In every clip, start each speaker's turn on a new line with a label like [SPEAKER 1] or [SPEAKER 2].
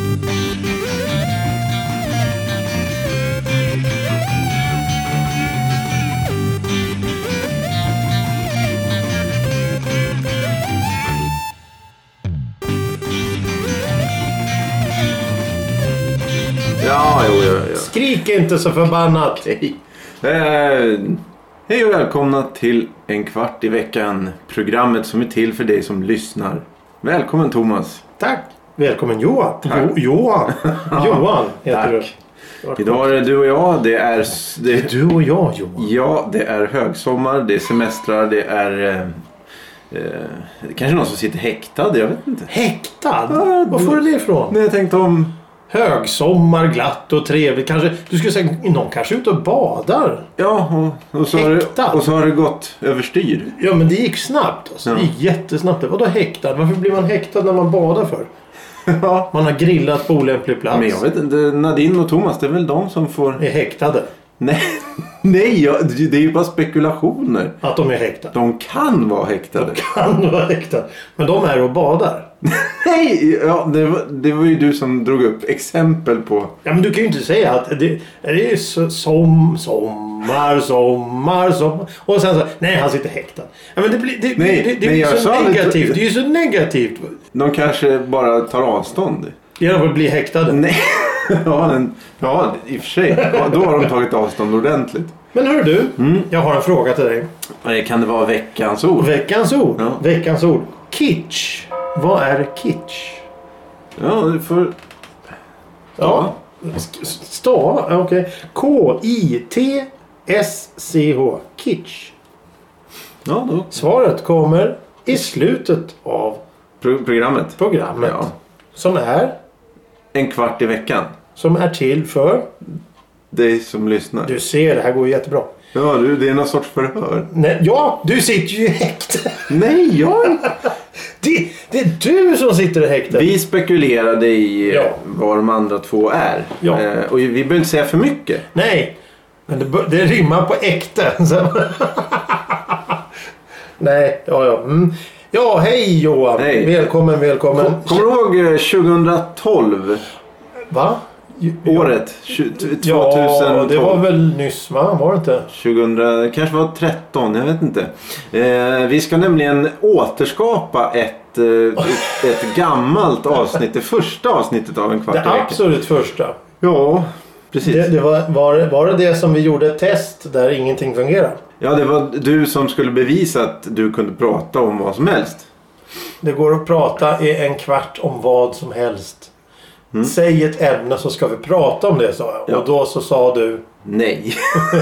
[SPEAKER 1] Ja.
[SPEAKER 2] Skrik inte så förbannat.
[SPEAKER 1] Hej och välkomna till En kvart i veckan. Programmet som är till för dig som lyssnar. Välkommen Thomas.
[SPEAKER 2] Tack. Välkommen Johan.
[SPEAKER 1] Johan
[SPEAKER 2] heter
[SPEAKER 1] tack. Du. Idag är det du och jag. Det är
[SPEAKER 2] du och jag, Johan.
[SPEAKER 1] Ja, det är högsommar. Det är semestrar. Det är... kanske någon som sitter häktad, jag vet inte.
[SPEAKER 2] Häktad? Var får du det ifrån?
[SPEAKER 1] Jag tänkte om...
[SPEAKER 2] Högsommar, glatt och trevligt. Kanske, du skulle säga någon kanske ute och badar.
[SPEAKER 1] Ja, och så har det gått överstyr.
[SPEAKER 2] Ja, men det gick snabbt. Alltså.
[SPEAKER 1] Ja.
[SPEAKER 2] Det gick jättesnabbt. Vadå häktad? Varför blir man häktad när man badar för?
[SPEAKER 1] Ja.
[SPEAKER 2] Man har grillat på olämplig plats.
[SPEAKER 1] Men jag vet inte, Nadine och Thomas, det är väl de som får...
[SPEAKER 2] Är häktade?
[SPEAKER 1] Nej, det är ju bara spekulationer.
[SPEAKER 2] Att de är häktade?
[SPEAKER 1] De kan vara häktade.
[SPEAKER 2] Men de är och badar?
[SPEAKER 1] Nej, ja, det var ju du som drog upp exempel på...
[SPEAKER 2] Ja, men du kan ju inte säga att det är sommar. Och sen så, nej, han sitter häktad. Ja, men det blir så negativt. Det är ju så negativt.
[SPEAKER 1] De kanske bara tar avstånd.
[SPEAKER 2] Genom att bli häktade?
[SPEAKER 1] Nej. Ja, i och för sig. Ja, då har de tagit avstånd ordentligt.
[SPEAKER 2] Men hör du, jag har en fråga till dig.
[SPEAKER 1] Kan det vara veckans ord?
[SPEAKER 2] Veckans ord?
[SPEAKER 1] Ja.
[SPEAKER 2] Veckans ord. Kitsch. Vad är kitsch?
[SPEAKER 1] Ja, du får...
[SPEAKER 2] Ja. Stava, okej. K-I-T-S-C-H. Kitsch.
[SPEAKER 1] Ja, då.
[SPEAKER 2] Svaret kommer i slutet av
[SPEAKER 1] Programmet. Ja.
[SPEAKER 2] Som är...
[SPEAKER 1] En kvart i veckan.
[SPEAKER 2] Som är till för...
[SPEAKER 1] Dig som lyssnar.
[SPEAKER 2] Du ser, det här går jättebra.
[SPEAKER 1] Ja, det är någon sorts förhör.
[SPEAKER 2] Nej, ja, du sitter ju i häkte.
[SPEAKER 1] Nej, jag...
[SPEAKER 2] Det är du som sitter i häkte.
[SPEAKER 1] Vi spekulerade i vad de andra två är.
[SPEAKER 2] Ja.
[SPEAKER 1] Och vi behöver inte säga för mycket.
[SPEAKER 2] Nej, men det rimmar på äkta. Nej, ja. Ja, hej Johan.
[SPEAKER 1] Hej.
[SPEAKER 2] Välkommen.
[SPEAKER 1] Kommer du ihåg 2012?
[SPEAKER 2] Va?
[SPEAKER 1] Året 2000.
[SPEAKER 2] Ja, det var väl nyss, va? Var det inte?
[SPEAKER 1] 2000, kanske var 13, jag vet inte. Vi ska nämligen återskapa ett gammalt avsnitt. Det första avsnittet av En kvart i veckan.
[SPEAKER 2] Det absolut första.
[SPEAKER 1] Ja, precis.
[SPEAKER 2] Det var det som vi gjorde ett test där ingenting fungerar?
[SPEAKER 1] Ja, det var du som skulle bevisa att du kunde prata om vad som helst.
[SPEAKER 2] Det går att prata i en kvart om vad som helst. Säg ett ämne så ska vi prata om det, sa jag. Ja. Och då så sa du...
[SPEAKER 1] Nej.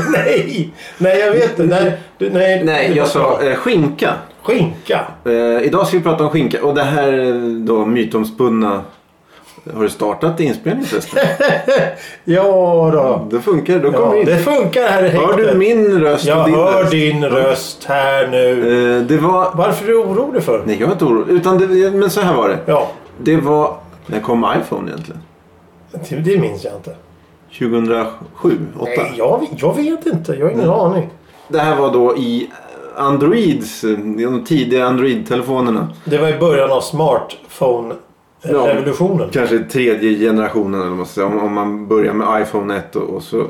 [SPEAKER 2] Nej, jag vet inte.
[SPEAKER 1] Nej, jag sa skinka.
[SPEAKER 2] Skinka.
[SPEAKER 1] Idag ska vi prata om skinka. Och det här då mytomspunna... Har du startat inspelning förresten?
[SPEAKER 2] Ja då.
[SPEAKER 1] Det funkar, då kommer in.
[SPEAKER 2] Det funkar här i häktet.
[SPEAKER 1] Hör du min röst?
[SPEAKER 2] Jag hör din röst här nu. Varför är du orolig för?
[SPEAKER 1] Nej, jag är inte orolig. Men så här var det.
[SPEAKER 2] Ja.
[SPEAKER 1] Det var... När kom iPhone egentligen?
[SPEAKER 2] Det minns jag inte.
[SPEAKER 1] 2007, 8?
[SPEAKER 2] Nej, jag vet inte. Jag har ingen aning.
[SPEAKER 1] Det här var då i de tidiga Android-telefonerna.
[SPEAKER 2] Det var i början av smartphone-revolutionen.
[SPEAKER 1] Kanske tredje generationen eller måste säga. Om man börjar med iPhone 1 och så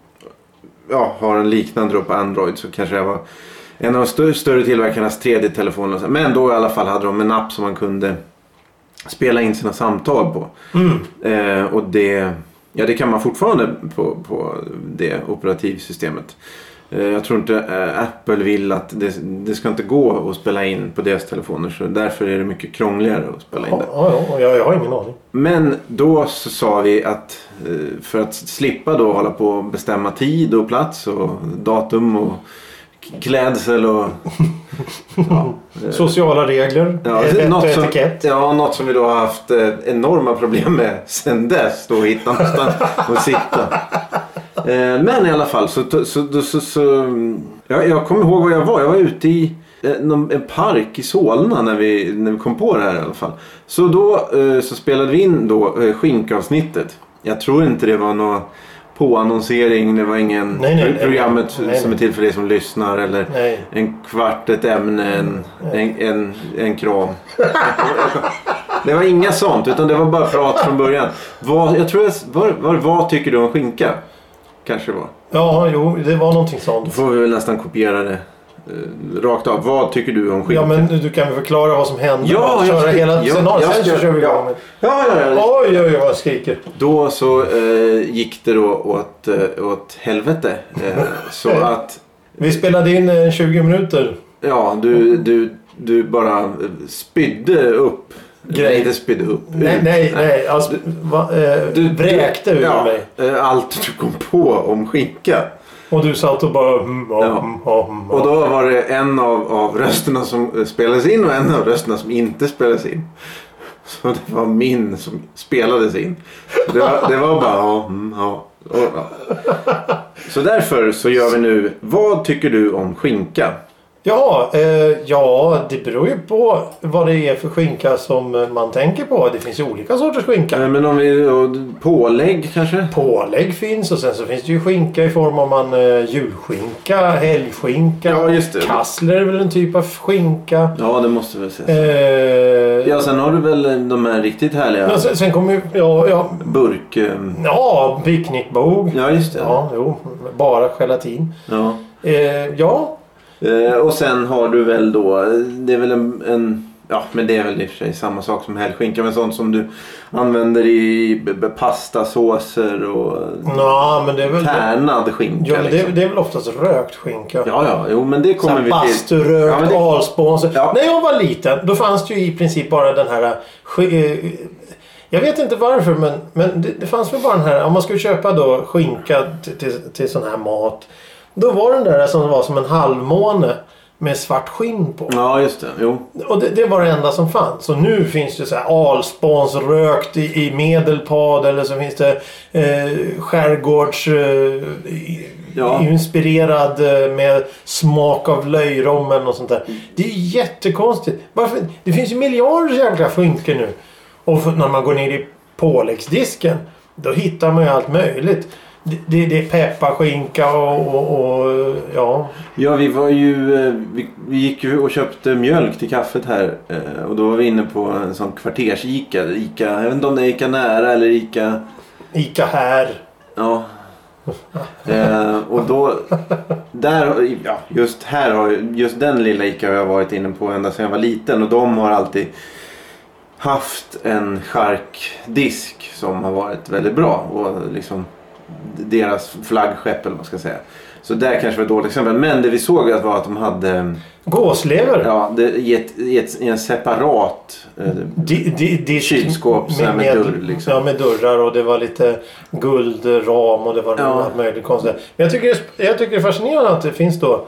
[SPEAKER 1] har en liknande då på Android, så kanske det var en av de större tillverkarnas tredje telefoner. Men då i alla fall hade de en app som man kunde spela in sina samtal på. Och det kan man fortfarande på det operativsystemet. Jag tror inte Apple vill att det ska inte gå att spela in på deras telefoner, så därför är det mycket krångligare att spela in det.
[SPEAKER 2] Ja, jag har ingen aning.
[SPEAKER 1] Men då så sa vi att för att slippa då hålla på att bestämma tid och plats och datum och klädsel och
[SPEAKER 2] sociala regler, etikett.
[SPEAKER 1] Något som vi då har haft enorma problem med sen dess, då hitta någonstans att sitta. Men i alla fall så jag kommer ihåg vad jag var ute i en park i Solna när vi kom på det här i alla fall. Så då så spelade vi in då skinkavsnittet. Jag tror inte det var något påannonsering, det var ingen programmet som är till för dig som lyssnar, eller en kvart, ett ämne, en kram. Det var inga sånt, utan det var bara prat från början. Vad tycker du om skinka? Kanske det var.
[SPEAKER 2] Ja, jo, det var någonting sånt.
[SPEAKER 1] Då får vi väl nästan kopiera det rakt av. Vad tycker du om skinka?
[SPEAKER 2] Ja, men du kan väl förklara vad som hände.
[SPEAKER 1] Ja,
[SPEAKER 2] köra hela scenariot. Sen kör vi igång.
[SPEAKER 1] Ja.
[SPEAKER 2] Oj, vad jag skriker.
[SPEAKER 1] Då så gick det då åt helvete. Så att...
[SPEAKER 2] Vi spelade in 20 minuter.
[SPEAKER 1] Ja, du bara spydde upp. Nej, inte spydde upp.
[SPEAKER 2] Nej. Alltså, du vräkte ur mig.
[SPEAKER 1] Allt du kom på om skinka.
[SPEAKER 2] Och du satt och bara...
[SPEAKER 1] Och då var det en av rösterna som spelades in och en av rösterna som inte spelades in. Så det var min som spelades in. Det var bara... Så därför så gör vi nu... Vad tycker du om skinka?
[SPEAKER 2] Ja, det beror ju på vad det är för skinka som man tänker på. Det finns ju olika sorters skinka.
[SPEAKER 1] Men om vi pålägg kanske?
[SPEAKER 2] Pålägg finns och sen så finns det ju skinka i form av julskinka, helgskinka.
[SPEAKER 1] Ja, just det.
[SPEAKER 2] Kassler är väl en typ av skinka.
[SPEAKER 1] Ja, det måste väl sägas. Ja, sen har du väl de här riktigt härliga...
[SPEAKER 2] Ja, sen kommer ju... Ja.
[SPEAKER 1] Burk...
[SPEAKER 2] Ja, picknickbog.
[SPEAKER 1] Ja, just det.
[SPEAKER 2] Ja, jo. Bara gelatin.
[SPEAKER 1] Ja.
[SPEAKER 2] Ja.
[SPEAKER 1] Och sen har du väl då, det är väl en ja, men det är väl i och för sig samma sak som helgskinka, men sånt som du använder i pastasåser och
[SPEAKER 2] men det är väl
[SPEAKER 1] tärnad skinka.
[SPEAKER 2] Ja, men det är väl oftast rökt skinka.
[SPEAKER 1] Ja, jo, men det kommer vi till.
[SPEAKER 2] Basturökt, alspån.
[SPEAKER 1] Ja.
[SPEAKER 2] När jag var liten, då fanns det ju i princip bara den här... Jag vet inte varför, men det fanns väl bara den här... Om man skulle köpa då skinka till sån här mat... Då var den där som var som en halvmåne med svart skinn på.
[SPEAKER 1] Ja, just det. Jo.
[SPEAKER 2] Och det var det enda som fanns. Så nu finns det så här alspåns rökt i Medelpad, eller så finns det skärgårds inspirerad med smak av löjrommen och sånt där. Det är jättekonstigt. Varför? Det finns ju miljarder jävla skinkor nu. Och när man går ner i påläggsdisken, då hittar man ju allt möjligt. Det är pepparskinka och ja.
[SPEAKER 1] Ja, vi var ju vi gick ju och köpte mjölk till kaffet här och då var vi inne på en sån kvarters-Ica. Jag vet inte om det är Ica nära eller
[SPEAKER 2] Ica här.
[SPEAKER 1] Ja. Och då där, ja, just den lilla Ica har jag varit inne på ända sedan jag var liten, och de har alltid haft en charkdisk som har varit väldigt bra och liksom deras flaggskepp eller vad man ska säga. Så där kanske var ett dåligt exempel. Men det vi såg var att de hade
[SPEAKER 2] gåslever.
[SPEAKER 1] Ja, i en separat kylskåp med dörr liksom.
[SPEAKER 2] Ja, med dörrar, och det var lite guldram och det var något möjligt konstigt. Men jag tycker det är fascinerande att det finns då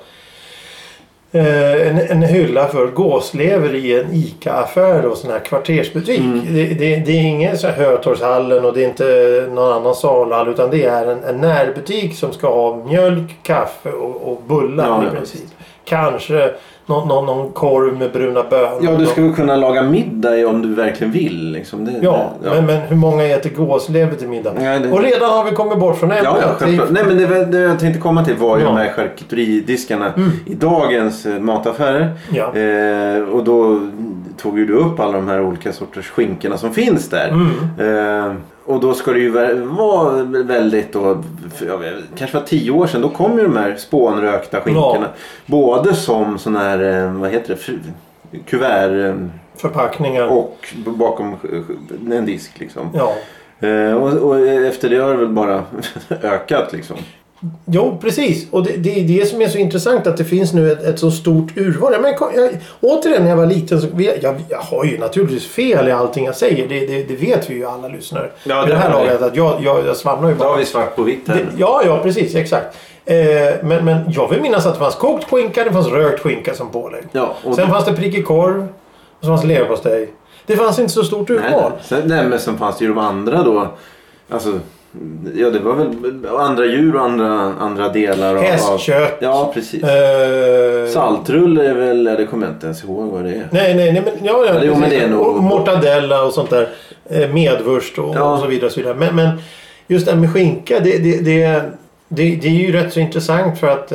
[SPEAKER 2] en hylla för gåslever i en Ica-affär och sån här kvartersbutik. Det är ingen så här Hötorgshallen och det är inte någon annan salhall, utan det är en närbutik som ska ha mjölk, kaffe och bullar i princip. Kanske någon korv med bruna bönor.
[SPEAKER 1] Ja, du skulle kunna laga middag om du verkligen vill. Liksom.
[SPEAKER 2] Men hur många äter gåslever till middag? Och redan har vi kommit bort från ämnet.
[SPEAKER 1] Ja, nej, men det jag tänkte komma till var ju de här charkuteridiskarna i dagens mataffärer. Ja. Och då tog ju du upp alla de här olika sorters skinkorna som finns där. Och då ska det ju vara väldigt då, kanske var 10 år sedan, då kom ju de här spånrökta skinkorna. Både som sån här, vad heter det, kuvert
[SPEAKER 2] förpackningar
[SPEAKER 1] och bakom en disk liksom.
[SPEAKER 2] Ja.
[SPEAKER 1] Och efter det har det väl bara ökat liksom.
[SPEAKER 2] Jo, precis. Och det är det som är så intressant, att det finns nu ett så stort urval. Återigen, när jag var liten så jag har ju naturligtvis fel i allting jag säger. Det vet vi ju alla lyssnare. Ja, det här laget att jag svamlar ju bara.
[SPEAKER 1] Då har vi svart på vitt här.
[SPEAKER 2] Ja, precis, exakt. Men jag vill minnas att det fanns kokt skinka, det fanns rökt skinka som pålägg. Ja, sen fanns det prickig korv och så fanns det leverpastej. Det fanns inte så stort urval.
[SPEAKER 1] Nej, men sen fanns det ju de andra då. Alltså... Ja, det var väl andra djur och andra delar av...
[SPEAKER 2] Hästkött.
[SPEAKER 1] Ja, precis. Saltrulle är väl... Det kommer jag inte ens ihåg vad det är.
[SPEAKER 2] Nej, men... Ja,
[SPEAKER 1] men det är nog...
[SPEAKER 2] Och mortadella och sånt där. Medvurst och så vidare. Och så vidare. Men just det här med skinka, Det är ju rätt så intressant för att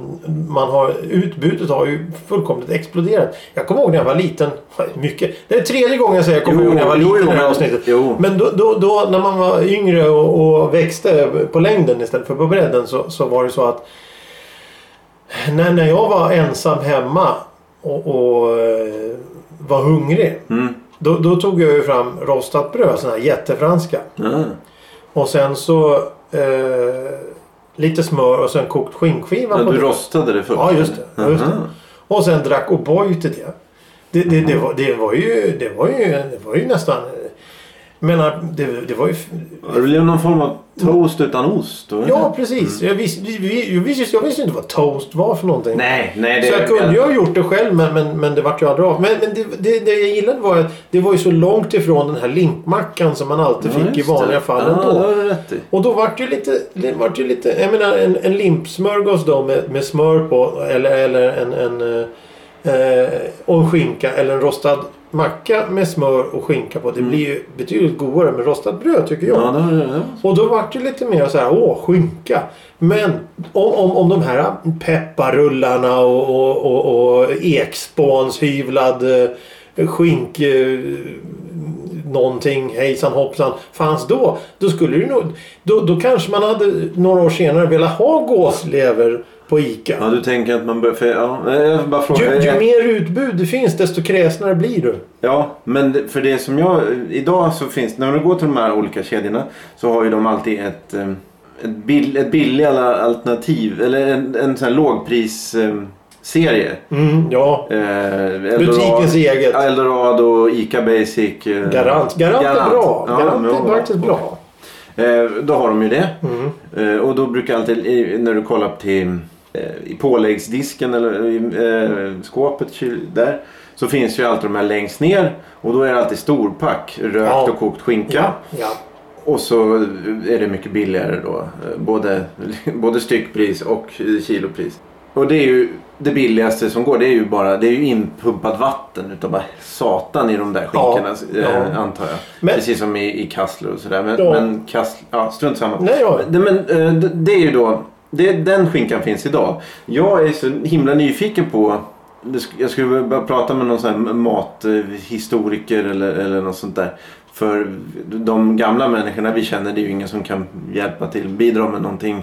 [SPEAKER 2] utbudet har ju fullkomligt exploderat. Jag kommer ihåg när jag var liten. Mycket. Det är 3:e gången jag säger jag kommer ihåg när jag var liten i det här avsnittet. Men då när man var yngre och växte på längden istället för på bredden så var det så att när jag var ensam hemma och var hungrig då tog jag ju fram rostat bröd, sån här jättefranska. Och sen så lite smör och sen kokt skinkskiva.
[SPEAKER 1] Du rostade det först?
[SPEAKER 2] Ja, just det. Och sen drack O'boy till det. Det var ju nästan... menar, det var ju...
[SPEAKER 1] Det blev någon form av toast utan ost då?
[SPEAKER 2] Ja, precis. Jag visste inte vad toast var för någonting.
[SPEAKER 1] Nej,
[SPEAKER 2] så jag kunde ju ha gjort det själv, men det vart ju aldrig av. Men det jag gillade var att det var ju så långt ifrån den här limpmackan som man alltid fick i vanliga fall ändå. Och då vart det lite jag menar en limpsmörgås då med smör på eller och en skinka eller en rostad macka med smör och skinka på. Det blir ju betydligt godare med rostat bröd tycker jag.
[SPEAKER 1] Ja.
[SPEAKER 2] Och då var det lite mer så här, skinka. Men om de här pepparrullarna och ekspånshyvlad skink någonting hejsan hoppsan fanns då skulle det nog då kanske man hade några år senare velat ha gåslever på ICA.
[SPEAKER 1] Ja, du tänker att man bör... jag bara frågar,
[SPEAKER 2] ju mer utbud det finns desto kräsnare blir du.
[SPEAKER 1] Ja, men för det som jag... Idag så finns... När du går till de här olika kedjorna så har ju de alltid ett billigare alternativ. Eller en sån här lågprisserie.
[SPEAKER 2] Ja. Butikens eget.
[SPEAKER 1] Eldorado, ICA Basic.
[SPEAKER 2] Garant är bra. Garant är faktiskt bra.
[SPEAKER 1] Då har de ju det. Och då brukar alltid när du kollar till i påläggsdisken eller i skåpet där så finns ju alltid de här längst ner och då är det alltid storpack rökt och kokt skinka. Ja. Och så är det mycket billigare då både styckpris och kilopris. Och det är ju det billigaste som går, det är ju inpumpat vatten utav bara satan i de där skinkorna antar jag. Men, precis som i kassler och sådär. Men strunt samma. Men det är ju då, den skinkan finns idag. Jag är så himla nyfiken på, jag skulle bara prata med någon sån här mathistoriker eller något sånt där. För de gamla människorna vi känner, det är ju ingen som kan hjälpa till, bidra med någonting.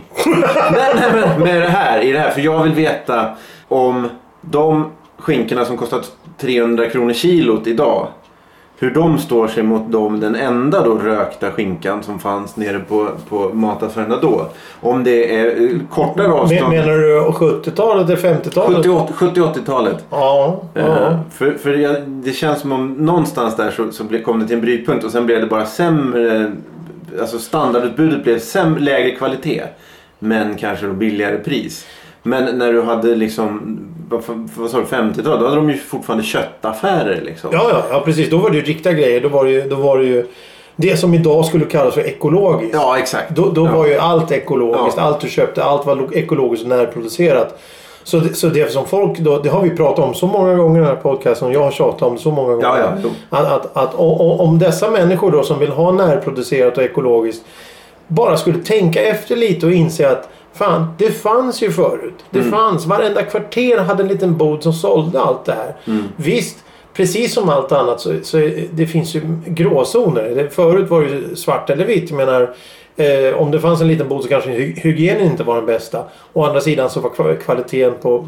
[SPEAKER 1] med det här. För jag vill veta om de skinkorna som kostar 300 kronor kilot idag, hur de står sig mot den enda då rökta skinkan som fanns nere på mataffärerna då. Om det är kortare avstånd. Menar
[SPEAKER 2] du 70-talet eller 50-talet?
[SPEAKER 1] 70-80-talet.
[SPEAKER 2] Ja.
[SPEAKER 1] För det känns som om någonstans där så kom det till en brytpunkt och sen blev det bara sämre, alltså standardutbudet blev lägre kvalitet men kanske då billigare pris. Men när du hade liksom, vad sa du, 50-talet, då hade de ju fortfarande köttaffärer liksom.
[SPEAKER 2] Ja, precis. Då var det ju riktiga grejer. Då var det ju det som idag skulle kallas för ekologiskt.
[SPEAKER 1] Ja, exakt.
[SPEAKER 2] Då var ju allt ekologiskt. Ja. Allt du köpte, allt var ekologiskt närproducerat. Så det som folk då, det har vi pratat om så många gånger i den här podcasten och jag har tjatat om så många gånger. Att om dessa människor då som vill ha närproducerat och ekologiskt bara skulle tänka efter lite och inse att fan, det fanns ju förut. Det fanns, varenda kvarter hade en liten bod som sålde allt det här. Visst, precis som allt annat så det finns ju gråzoner. Förut var det ju svart eller vitt. Jag menar, om det fanns en liten bod så kanske hygienen inte var den bästa. Å andra sidan så var kvaliteten på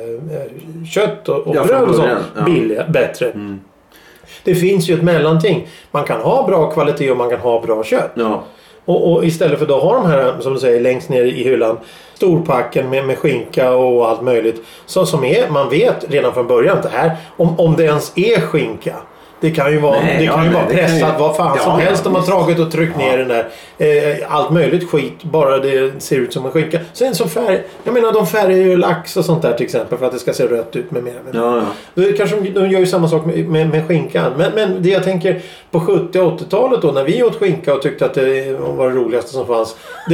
[SPEAKER 2] kött och bröd och sånt bättre. Det finns ju ett mellanting. Man kan ha bra kvalitet och man kan ha bra kött. Ja. Och istället för att ha de här, som du säger, längst ner i hyllan, storpacken med skinka och allt möjligt. Så som man vet redan från början det här, om det ens är skinka. Det kan ju vara, pressat vad fan som helst om man tagit och tryckt ner den där. Allt möjligt skit, bara det ser ut som en skinka. Sen så jag menar de färger ju lax och sånt där till exempel för att det ska se rött ut med mer. Då kanske de gör ju samma sak med skinkan. Men det jag tänker på 70- och 80-talet då när vi åt skinka och tyckte att det var det roligaste som fanns.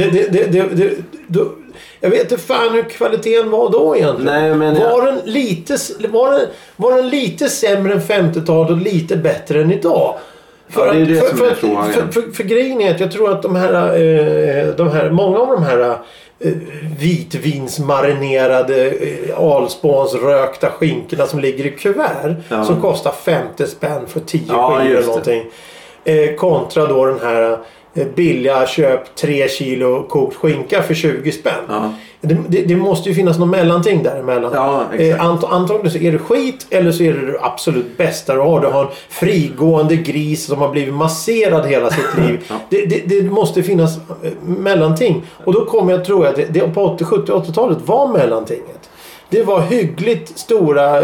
[SPEAKER 2] Jag vet inte fan hur kvaliteten var då egentligen. Var den lite sämre än 50-talet och lite bättre än idag?
[SPEAKER 1] Ja, det är det som är frågan.
[SPEAKER 2] För grejen är att jag tror att de här många av de här vitvinsmarinerade alspånsrökta skinkorna som ligger i kuvert som kostar 50 spänn för 10 skivor eller någonting. Kontra då den här billiga köp 3 kilo kokt skinka för 20 spänn. Ja. Det måste ju finnas någon mellanting däremellan.
[SPEAKER 1] Ja,
[SPEAKER 2] antagligen så är det skit eller så är det absolut bästa du har. Du har en frigående gris som har blivit masserad hela sitt liv. Det måste finnas mellanting. Och då kommer jag tro att det på 80, 70, 80-talet var mellantinget. Det var hyggligt stora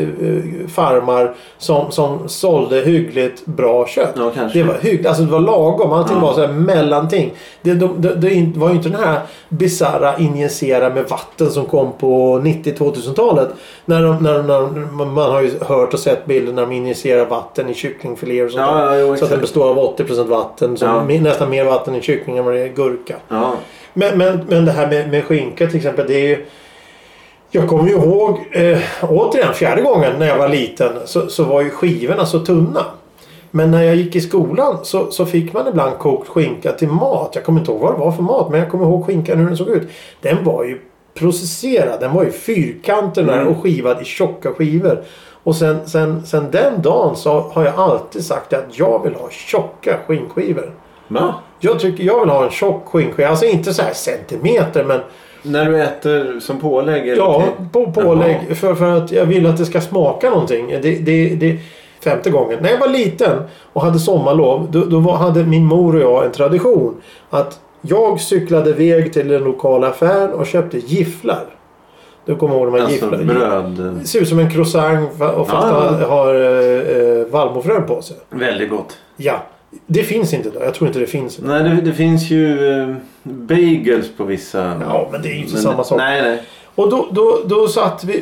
[SPEAKER 2] farmar som sålde hyggligt bra kött. Ja, det var hyggligt, alltså det var lagom. Allting var så här mellanting. Det var ju inte den här bizarra injicera med vatten som kom på 90-2000-talet. När man har ju hört och sett bilder när de injicerar vatten i kycklingfiléer och sånt så att den består av 80% vatten. Nästan mer vatten i kyckling än vad det är gurka. Ja. Men det här med skinka till exempel, det är ju... Jag kommer ju ihåg, återigen 4:e gången när jag var liten så var ju skivorna så tunna. Men när jag gick i skolan så fick man ibland kokt skinka till mat. Jag kommer inte ihåg vad det var för mat, men jag kommer ihåg skinkan hur den såg ut. Den var ju processerad, den var ju fyrkanter och skivad i tjocka skivor. Och sen den dagen så har jag alltid sagt att jag vill ha tjocka skinkskivor.
[SPEAKER 1] Va?
[SPEAKER 2] Jag vill ha en tjock skinkskiva, alltså inte så här centimeter men...
[SPEAKER 1] När du äter som pålägg? Eller
[SPEAKER 2] ja, pålägg. För att jag vill att det ska smaka någonting. Det 5:e gången. När jag var liten och hade sommarlov. Då hade min mor och jag en tradition. Att jag cyklade väg till den lokala affären och köpte gifflar. Du kommer ihåg de här gifflar.
[SPEAKER 1] Bröd.
[SPEAKER 2] Det ser ut som en croissant och fast har vallmofrön på sig.
[SPEAKER 1] Väldigt gott.
[SPEAKER 2] Ja. Det finns inte då. Jag tror inte det finns.
[SPEAKER 1] Nej, det finns ju bagels på vissa.
[SPEAKER 2] Ja, men det är ju inte samma sak.
[SPEAKER 1] Nej.
[SPEAKER 2] Och då satt vi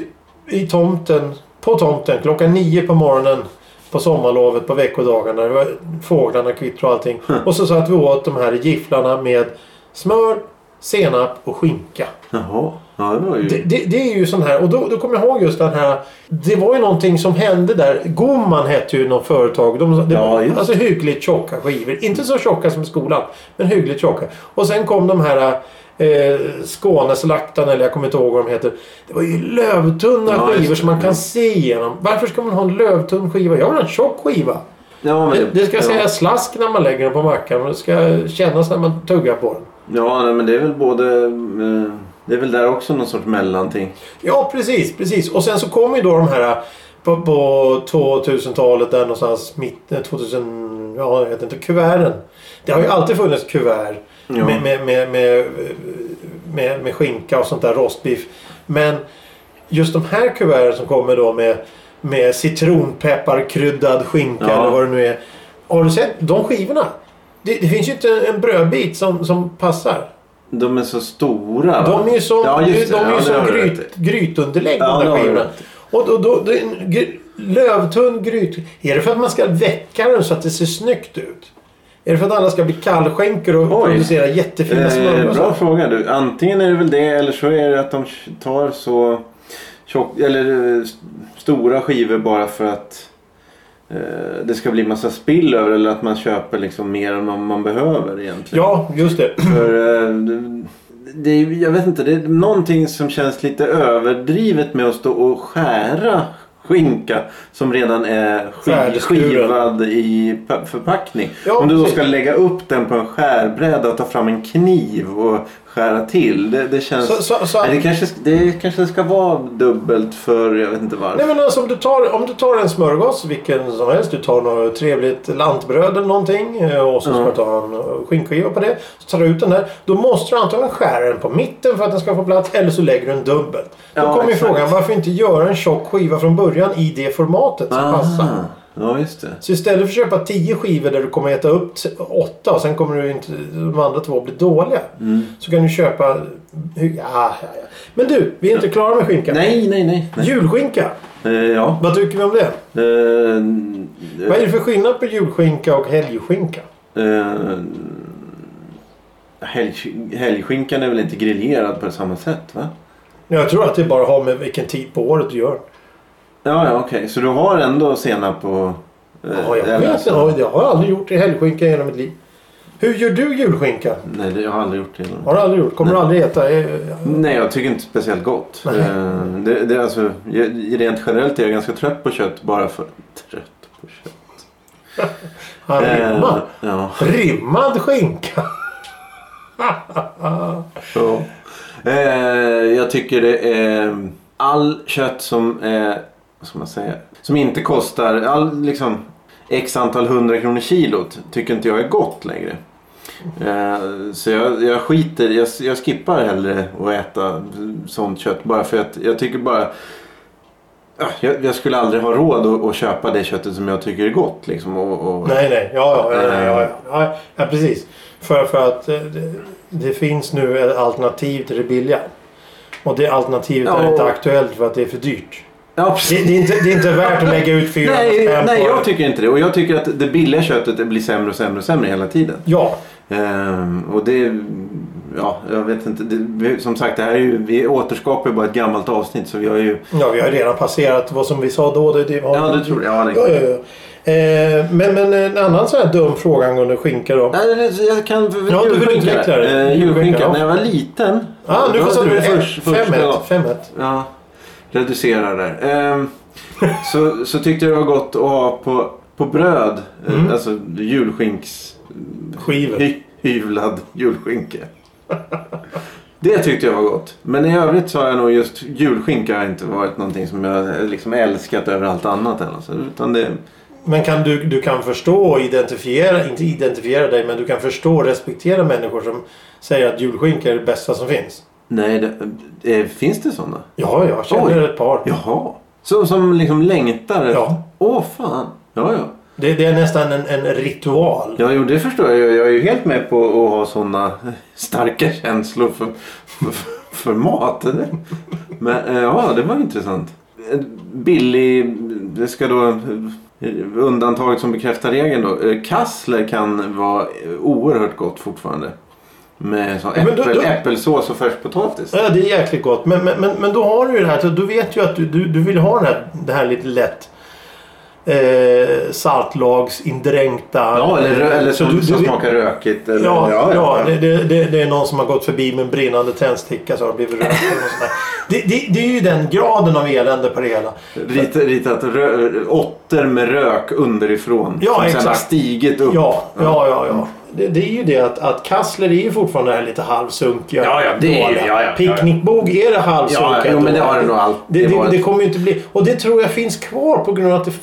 [SPEAKER 2] på tomten klockan 9 på morgonen på sommarlovet på veckodagarna. Det var fåglarna kvittrar och allting. Och så satt vi åt de här gifflarna med smör, senap och skinka.
[SPEAKER 1] Jaha. Ja, det var ju...
[SPEAKER 2] Det är ju sån här. Och då kommer jag ihåg just den här. Det var ju någonting som hände där. Goman hette ju något företag. Alltså hyggligt tjocka skivor. Inte så tjocka som i skolan. Men hyggligt tjocka. Och sen kom de här Skåneslaktarna. Eller jag kommer inte ihåg vad de heter. Det var ju lövtunna skivor som man kan se igenom. Varför ska man ha en lövtunn skiva? Jag vill ha en tjock skiva. Ja, men det ska säga slask när man lägger den på mackan. Och det ska kännas när man tuggar på den.
[SPEAKER 1] Ja, men det är väl både... Det är väl där också någon sorts mellanting.
[SPEAKER 2] Ja, precis. Och sen så kommer ju då de här på 2000-talet där någonstans mitten 2000, jag vet inte, kuverten. Det har ju alltid funnits kuvert med skinka och sånt där rostbiff. Men just de här kuverten som kommer då med citronpepparkryddad skinka eller vad det nu är. Har du sett de skivorna? Det finns ju inte en brödbit som passar.
[SPEAKER 1] De är så stora.
[SPEAKER 2] De är ju som grytunderlägg de där skivorna. Och då lövtunn gryt. Är det för att man ska väcka den så att det ser snyggt ut? Är det för att alla ska bli kallskänker och producera jättefina smör?
[SPEAKER 1] Bra fråga du. Antingen är det väl det eller så är det att de tar så stora skivor bara för att det ska bli massa spill över eller att man köper liksom mer än vad man behöver egentligen.
[SPEAKER 2] Ja, just det.
[SPEAKER 1] För jag vet inte, det är någonting som känns lite överdrivet med att stå och skära skinka som redan är skivad i förpackning. Ja, om du då ska lägga upp den på en skärbräda och ta fram en kniv och skära till. Det känns... Det kanske ska vara dubbelt för jag vet inte varför.
[SPEAKER 2] Nej, men alltså om du tar en smörgås, vilken som helst, du tar något trevligt lantbröd eller någonting och så ska du ta en skinkskiva på det, så tar du ut den där. Då måste du antagligen skära den på mitten för att den ska få plats, eller så lägger du den dubbelt. Då kommer ju frågan, varför inte göra en tjock skiva från början i det formatet som passar?
[SPEAKER 1] Ja, just det.
[SPEAKER 2] Så istället för att köpa 10 skivor där du kommer äta upp 8 och sen kommer du inte, de andra 2 bli dåliga. Så kan du köpa... Ja. Men du, vi är inte klara med skinka.
[SPEAKER 1] Nej.
[SPEAKER 2] Julskinka.
[SPEAKER 1] Ja.
[SPEAKER 2] Vad tycker vi om det? Vad är det för skillnad på julskinka och helgskinka?
[SPEAKER 1] Helgskinkan är väl inte grillerad på samma sätt, va?
[SPEAKER 2] Jag tror att det bara har med vilken tid på året du gör.
[SPEAKER 1] Ja, okej. Så du har ändå senap på
[SPEAKER 2] Ja, jag vet inte. Jag har aldrig gjort helgskinka i hela mitt liv. Hur gör du julskinka?
[SPEAKER 1] Nej, jag har aldrig gjort det.
[SPEAKER 2] Har du aldrig gjort? Kommer du aldrig äta?
[SPEAKER 1] Nej, jag tycker inte speciellt gott. Det är alltså, rent generellt är jag ganska trött på kött bara för... Trött på kött.
[SPEAKER 2] Han rimmad.
[SPEAKER 1] Ja.
[SPEAKER 2] Rimmad skinka.
[SPEAKER 1] Ja. Jag tycker det är all kött som är, vad ska man säga, som inte kostar liksom x antal 100 kronor kilot tycker inte jag är gott längre. Så jag skiter, jag skippar hellre att äta sånt kött bara för att jag tycker bara jag skulle aldrig ha råd att köpa det köttet som jag tycker är gott liksom
[SPEAKER 2] Nej. Ja, precis. För att det finns nu ett alternativ till det billiga. Och det alternativet är inte aktuellt för att det är för dyrt.
[SPEAKER 1] Ja,
[SPEAKER 2] det är inte värt att lägga ut 400 spänn.
[SPEAKER 1] Nej, jag tycker inte det. Och jag tycker att det billiga köttet blir sämre och sämre och sämre hela tiden.
[SPEAKER 2] Ja.
[SPEAKER 1] Och det... Ja, jag vet inte. Som sagt, det här är ju, vi återskapar bara ett gammalt avsnitt. Så vi har ju...
[SPEAKER 2] Ja, vi har redan passerat vad som vi sa då.
[SPEAKER 1] Ja, det tror jag.
[SPEAKER 2] Ja. Men en annan sån här dum fråga angående skinka då.
[SPEAKER 1] Nej, jag kan...
[SPEAKER 2] Ja, du vill utveckla det.
[SPEAKER 1] Julskinka. När jag var liten...
[SPEAKER 2] Nu får du 5-1.
[SPEAKER 1] Ja, reducera där. Så tyckte jag det var gott att ha på bröd. Alltså julskinks...
[SPEAKER 2] Skivor.
[SPEAKER 1] Hyvlad julskinka. Det tyckte jag var gott. Men i övrigt så har jag nog just julskinka har inte varit någonting som jag liksom älskat över allt annat än. Alltså, utan det... Men
[SPEAKER 2] kan du kan förstå och identifiera, inte identifiera dig, men du kan förstå och respektera människor som säger att julskinka är det bästa som finns?
[SPEAKER 1] Nej, finns det sådana?
[SPEAKER 2] Ja, jag känner ett par.
[SPEAKER 1] Jaha. Som liksom längtar?
[SPEAKER 2] Ja.
[SPEAKER 1] Fan. Ja.
[SPEAKER 2] Det är nästan en ritual.
[SPEAKER 1] Ja, det förstår jag. Jag är ju helt med på att ha sådana starka känslor för mat. Men ja, det var intressant. Billig, det ska då undantaget som bekräftar regeln då. Kassler kan vara oerhört gott fortfarande. Med så äppelsås och färskpotatis. Ja, det är jäkligt gott. Men då har du ju det här. Du vet ju att du vill ha det här lite lätt saltlagsindränkta. Ja, eller som smakar rökigt. Eller, ja. Det är någon som har gått förbi med en brinnande tändsticka så har det blivit rökt. Det är ju den graden av elände på det hela. Ritat åtter med rök underifrån. Ja, som exakt. Sen har stigit upp. Ja. Det är ju det att kassler är ju fortfarande är lite halvsunkiga. Ja, det är picknickbog är det halvsunkiga. Ja, men det har det nog alltid. Det kommer ju inte bli. Och det tror jag finns kvar på grund av att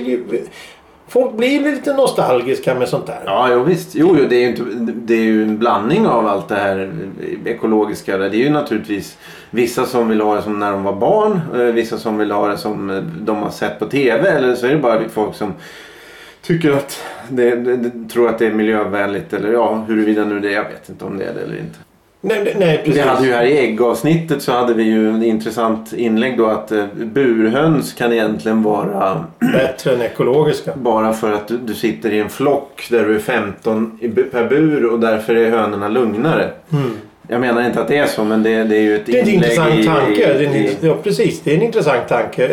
[SPEAKER 1] folk blir lite nostalgiska med sånt där. Ja, visst. Jo, det är ju en blandning av allt det här ekologiska. Det är ju naturligtvis vissa som vill ha det som när de var barn. Vissa som vill ha det som de har sett på tv. Eller så är det bara folk som tycker att tror att det är miljövänligt eller huruvida nu det, jag vet inte om det är det eller inte. Nej, precis. Vi hade ju här i äggavsnittet så hade vi ju en intressant inlägg då att burhöns kan egentligen vara bättre än ekologiska. Bara för att du sitter i en flock där du är 15 per bur och därför är hönorna lugnare. Jag menar inte att det är så, men det är ju ett inlägg. Det är en intressant tanke. Ja, precis. Det är en intressant tanke.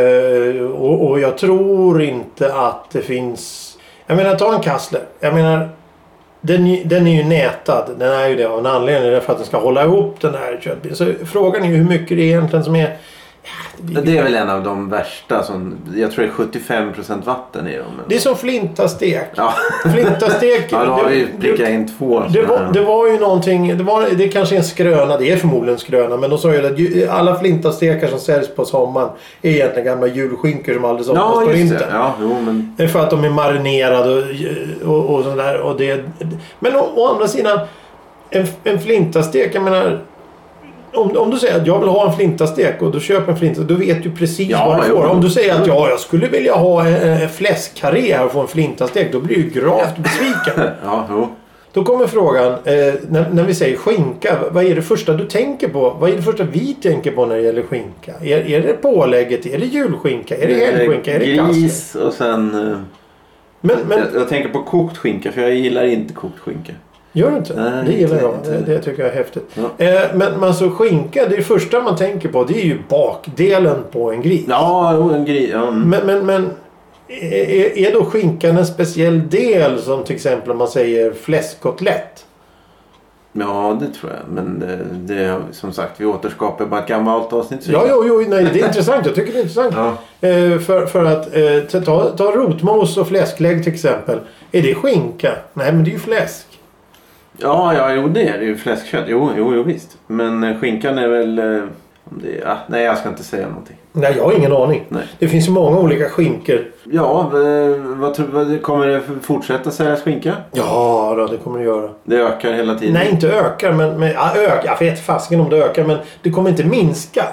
[SPEAKER 1] Och jag tror inte att det finns... Jag menar, ta en kassler. Jag menar, den är ju nätad. Den är ju det av en anledning för att den ska hålla ihop den här köttbiten. Så frågan är ju hur mycket det är egentligen som är... Det är väl en av de värsta som, jag tror det är 75% vatten i dem. Det är som flintastek. Ja. Flintastek. Ja, då har vi prickat in två. Det var ju någonting, det är kanske en skröna, det är förmodligen en skröna, men de sa ju att alla flintastekar som säljs på sommaren är egentligen gamla julskinkor som aldrig såldes på vintern. Ja, men... Det är för att de är marinerade och sådär. Och men å andra sidan, en flintastek, jag menar... Om du säger att jag vill ha en flintastek och du köper en flintastek, då vet du precis vad du får. Om du säger att jag skulle vilja ha en fläskkarré här och få en flintastek, då blir du gravt besviken. Då kommer frågan, när vi säger skinka, vad är det första du tänker på? Vad är det första vi tänker på när det gäller skinka? Är det pålägget? Är det julskinka? Är det helgskinka? Är det gris och sen... Jag tänker på kokt skinka, för jag gillar inte kokt skinka. Gör du inte? Nej, det gillar jag. Det tycker jag är häftigt. Ja. Men så skinka, det första man tänker på, det är ju bakdelen på en gris. Ja, en gris. Ja. Men
[SPEAKER 2] Är då skinkan en speciell del som till exempel om man säger fläskkotlett?
[SPEAKER 1] Ja, det tror jag. Men det som sagt, vi återskapar bara ett gammalt avsnitt.
[SPEAKER 2] Nej, det är intressant. Jag tycker det är intressant.
[SPEAKER 1] Ja.
[SPEAKER 2] För att ta rotmos och fläsklägg till exempel. Är det skinka? Nej, men det är ju fläsk.
[SPEAKER 1] Ja, jo, det är ju fläskkött. Jo, visst. Men skinkan är väl... nej, jag ska inte säga någonting.
[SPEAKER 2] Nej, jag har ingen aning. Nej. Det finns ju många olika skinkor.
[SPEAKER 1] Ja, vad kommer det fortsätta säljas skinka?
[SPEAKER 2] Ja, det kommer det göra. Det
[SPEAKER 1] ökar hela tiden? Nej,
[SPEAKER 2] inte ökar, men ökar. Jag vet fasken om det ökar, men det kommer inte minska.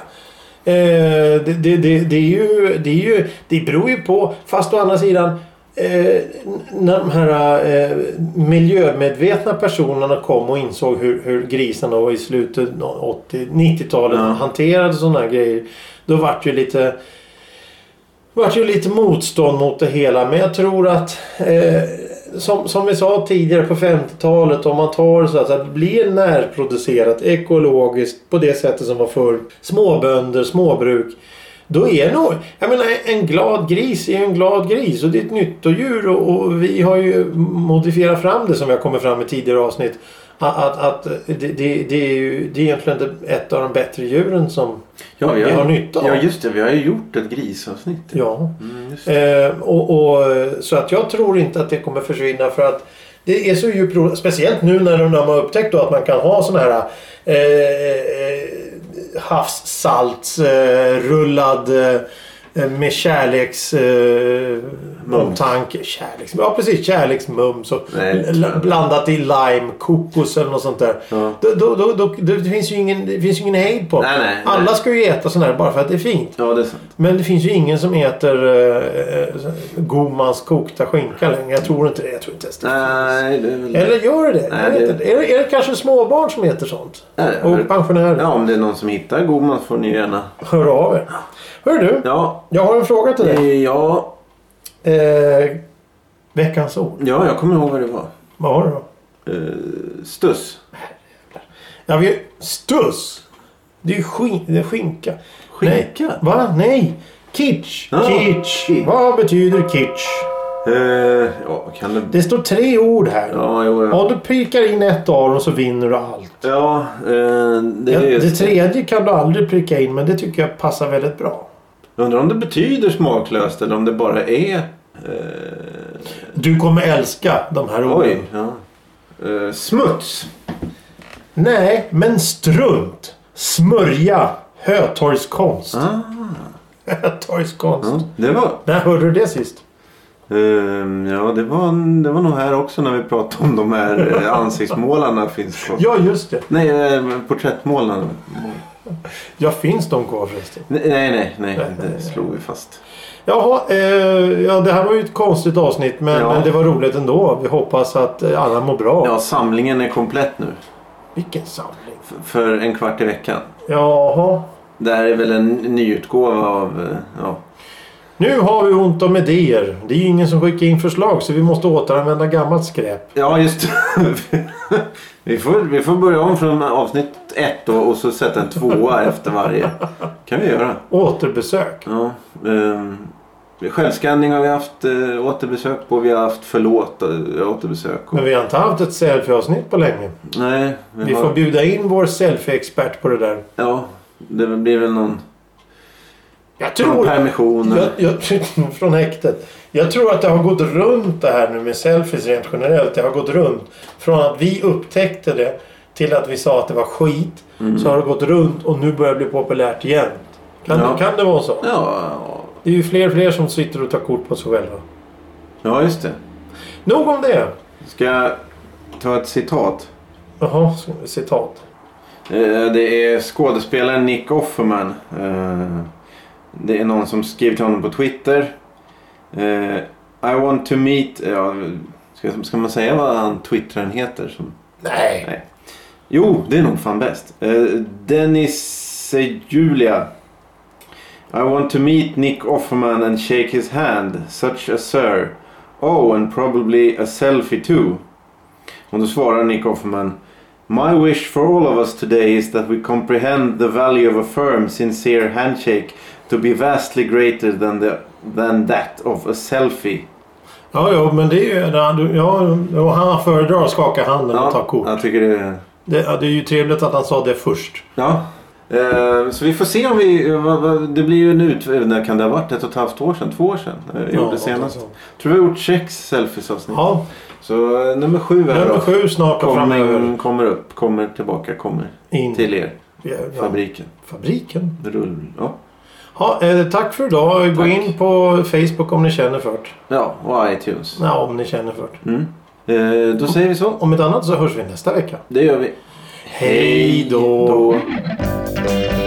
[SPEAKER 2] Det beror ju på, fast å andra sidan när de här miljömedvetna personerna kom och insåg hur grisarna var i slutet 80-90-talet hanterade sådana här grejer, då vart ju lite motstånd mot det hela. Men jag tror att som vi sa tidigare på 50-talet, om man tar så att det blir närproducerat ekologiskt på det sättet som var förr, småbönder, småbruk, då är nog, jag menar, en glad gris är en glad gris och det är ett nyttodjur och vi har ju modifierat fram det som vi har kommit fram i tidigare avsnitt att det är ju egentligen ett av de bättre djuren som vi har nytta av.
[SPEAKER 1] Ja, just det, vi har ju gjort ett grisavsnitt.
[SPEAKER 2] Ja, så att jag tror inte att det kommer försvinna, för att det är så djupt, speciellt nu när de har upptäckt då att man kan ha såna här havssaltsrullad med kärleksomtanke. Ja, precis. Kärleksmums. Blandat i lime, kokos eller något sånt där. Ja. Det finns ju ingen hejd på.
[SPEAKER 1] Nej.
[SPEAKER 2] Alla ska ju äta sån här bara för att det är fint.
[SPEAKER 1] Ja, det är sant.
[SPEAKER 2] Men det finns ju ingen som äter Godmans kokta skinka längre. Jag tror inte det. Jag tror inte ens det.
[SPEAKER 1] Nej, det är väl...
[SPEAKER 2] Eller gör det?
[SPEAKER 1] Nej,
[SPEAKER 2] är det kanske småbarn som äter sånt?
[SPEAKER 1] Nej,
[SPEAKER 2] och pensionärer?
[SPEAKER 1] Ja, om det är någon som hittar Godmans får ni gärna
[SPEAKER 2] höra av er. Hör du?
[SPEAKER 1] Ja.
[SPEAKER 2] Jag har en fråga till dig.
[SPEAKER 1] Ja.
[SPEAKER 2] Veckans ord.
[SPEAKER 1] Ja, jag kommer ihåg vad det var.
[SPEAKER 2] Vad har du då?
[SPEAKER 1] Stuss.
[SPEAKER 2] Ja, stuss. Det är ju skinka.
[SPEAKER 1] Skinka?
[SPEAKER 2] Nej. Va? Nej. Kitsch. Kitsch. Vad betyder kitsch?
[SPEAKER 1] Kan det...
[SPEAKER 2] Det står 3 ord här.
[SPEAKER 1] Ja, jo.
[SPEAKER 2] Om du prickar in ett av dem så vinner du allt.
[SPEAKER 1] Ja,
[SPEAKER 2] det tredje kan du aldrig pricka in, men det tycker jag passar väldigt bra.
[SPEAKER 1] Undrar om det betyder smaklöst eller om det bara är...
[SPEAKER 2] Du kommer älska de här orden.
[SPEAKER 1] Oj, ja. Smuts.
[SPEAKER 2] Nej, men strunt. Smörja. Hötorgskonst. Hötorgskonst.
[SPEAKER 1] Ja, det var...
[SPEAKER 2] När hörde du det sist?
[SPEAKER 1] Ja, det var nog här också när vi pratade om de här ansiktsmålarna finns kvar.
[SPEAKER 2] Ja, just det.
[SPEAKER 1] Nej, porträttmålarna.
[SPEAKER 2] Ja, finns de kvar förresten?
[SPEAKER 1] Nej, det slog vi fast.
[SPEAKER 2] Jaha, det här var ju ett konstigt avsnitt, men det var roligt ändå. Vi hoppas att alla mår bra.
[SPEAKER 1] Ja, samlingen är komplett nu.
[SPEAKER 2] Vilken samling?
[SPEAKER 1] För en kvart i veckan.
[SPEAKER 2] Jaha.
[SPEAKER 1] Det här är väl en nyutgåva av...
[SPEAKER 2] Nu har vi ont om idéer. Det är ju ingen som skickar in förslag, så vi måste återanvända gammalt skräp.
[SPEAKER 1] Ja, just vi får börja om från avsnitt 1 och så sätta en 2 efter varje. Kan vi göra.
[SPEAKER 2] Återbesök.
[SPEAKER 1] Ja. Självskanning har vi haft återbesök på. Vi har haft återbesök.
[SPEAKER 2] Men vi har inte haft ett selfie-avsnitt på länge.
[SPEAKER 1] Nej.
[SPEAKER 2] Vi får bjuda in vår selfie-expert på det där.
[SPEAKER 1] Ja, det blir väl någon...
[SPEAKER 2] Jag tror,
[SPEAKER 1] permission.
[SPEAKER 2] Från häktet. Jag tror att det har gått runt det här nu med selfies rent generellt. Det har gått runt. Från att vi upptäckte det till att vi sa att det var skit. Så har det gått runt och nu börjar det bli populärt igen. Kan det vara så?
[SPEAKER 1] Ja.
[SPEAKER 2] Det är ju fler som sitter och tar kort på sig själva.
[SPEAKER 1] Ja, just det.
[SPEAKER 2] Nog om det.
[SPEAKER 1] Ska jag ta ett citat?
[SPEAKER 2] Jaha, citat.
[SPEAKER 1] Det är skådespelaren Nick Offerman. Det är någon som skriver till honom på Twitter. I want to meet... ska man säga vad han twittraren heter?
[SPEAKER 2] Nej.
[SPEAKER 1] Jo, det är nog fan bäst. Dennis Julia. I want to meet Nick Offerman and shake his hand. Such a sir. Oh, and probably a selfie too. Och då svarar Nick Offerman. My wish for all of us today is that we comprehend the value of a firm, sincere handshake to be vastly greater than the than that of a selfie.
[SPEAKER 2] Ja, men det är ju... Ja, han föredrar att skaka handen och ta kort.
[SPEAKER 1] Jag tycker
[SPEAKER 2] det är ju trevligt att han sa det först.
[SPEAKER 1] Ja. Så vi får se om det blir ju när kan det ha varit 1,5 år sedan, 2 år sedan jag gjorde senast. Tror vi har gjort 6 selfies-avsnitt.
[SPEAKER 2] Ja.
[SPEAKER 1] Så nummer 7 här
[SPEAKER 2] nummer 7 snart
[SPEAKER 1] kommer upp, kommer tillbaka, kommer in till er. Fabriken. Rull. Ja.
[SPEAKER 2] Ja, tack för idag. Gå in på Facebook om ni känner för det.
[SPEAKER 1] Ja, och iTunes.
[SPEAKER 2] Ja, om ni känner för det.
[SPEAKER 1] Då säger vi så.
[SPEAKER 2] Om ett annat så hörs vi nästa vecka.
[SPEAKER 1] Det gör vi.
[SPEAKER 2] Hej då.